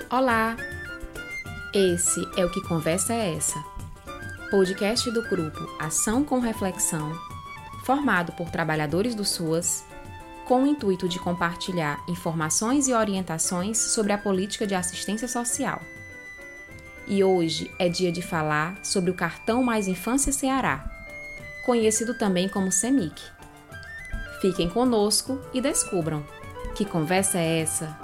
Olá! Esse é o Que Conversa é Essa? Podcast do grupo Ação com Reflexão, formado por trabalhadores do SUAS, com o intuito de compartilhar informações e orientações sobre a política de assistência social. E hoje é dia de falar sobre o Cartão Mais Infância Ceará, conhecido também como CEMIC. Fiquem conosco e descubram que conversa é essa?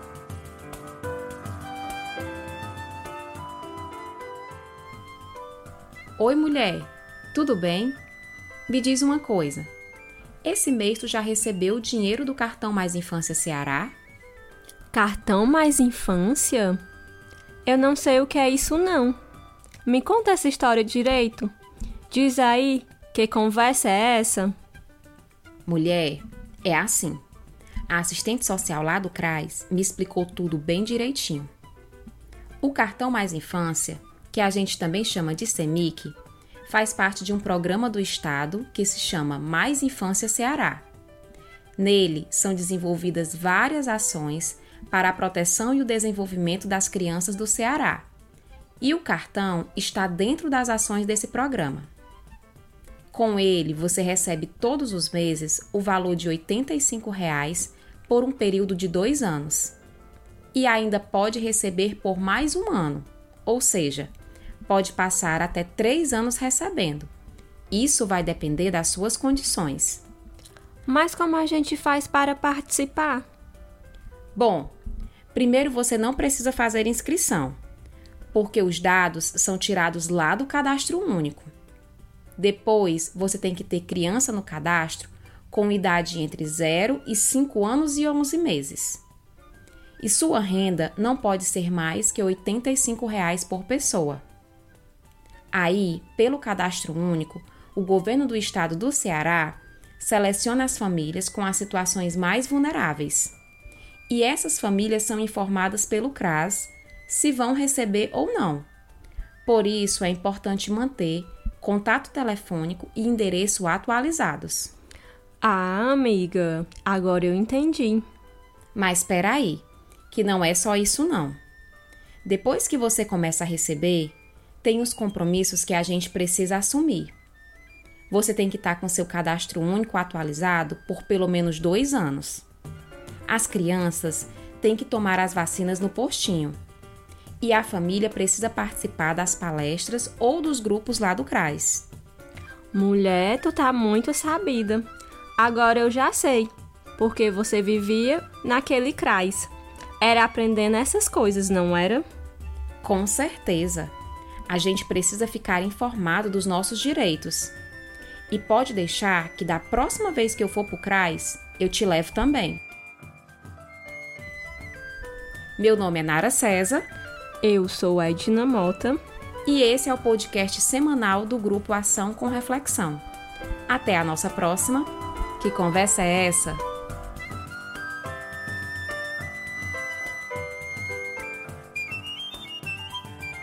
Oi, mulher, tudo bem? Me diz uma coisa, esse mês tu já recebeu o dinheiro do Cartão Mais Infância Ceará? Cartão Mais Infância? Eu não sei o que é isso não. Me conta essa história direito. Diz aí, que conversa é essa? Mulher, é assim. A assistente social lá do CRAS me explicou tudo bem direitinho. O Cartão Mais Infância, que a gente também chama de CEMIC, faz parte de um programa do Estado que se chama Mais Infância Ceará. Nele são desenvolvidas várias ações para a proteção e o desenvolvimento das crianças do Ceará. E o cartão está dentro das ações desse programa. Com ele, você recebe todos os meses o valor de R$ 85 por um período de 2 anos. E ainda pode receber por mais um ano, ou seja, pode passar até 3 anos recebendo. Isso vai depender das suas condições. Mas como a gente faz para participar? Bom, primeiro você não precisa fazer inscrição, porque os dados são tirados lá do Cadastro Único. Depois, você tem que ter criança no cadastro com idade entre 0 e 5 anos e 11 meses. E sua renda não pode ser mais que R$ 85 por pessoa. Aí, pelo Cadastro Único, o governo do estado do Ceará seleciona as famílias com as situações mais vulneráveis. E essas famílias são informadas pelo CRAS se vão receber ou não. Por isso, é importante manter contato telefônico e endereço atualizados. Ah, amiga, agora eu entendi. Mas espera aí, que não é só isso não. Depois que você começa a receber, tem os compromissos que a gente precisa assumir. Você tem que estar com seu cadastro único atualizado por pelo menos 2 anos. As crianças têm que tomar as vacinas no postinho. E a família precisa participar das palestras ou dos grupos lá do CRAS. Mulher, tu tá muito sabida. Agora eu já sei, porque você vivia naquele CRAS. Era aprendendo essas coisas, não era? Com certeza. A gente precisa ficar informado dos nossos direitos. E pode deixar que da próxima vez que eu for pro CRAS, eu te levo também. Meu nome é Nara César. Eu sou a Edna Mota. E esse é o podcast semanal do Grupo Ação com Reflexão. Até a nossa próxima. Que conversa é essa?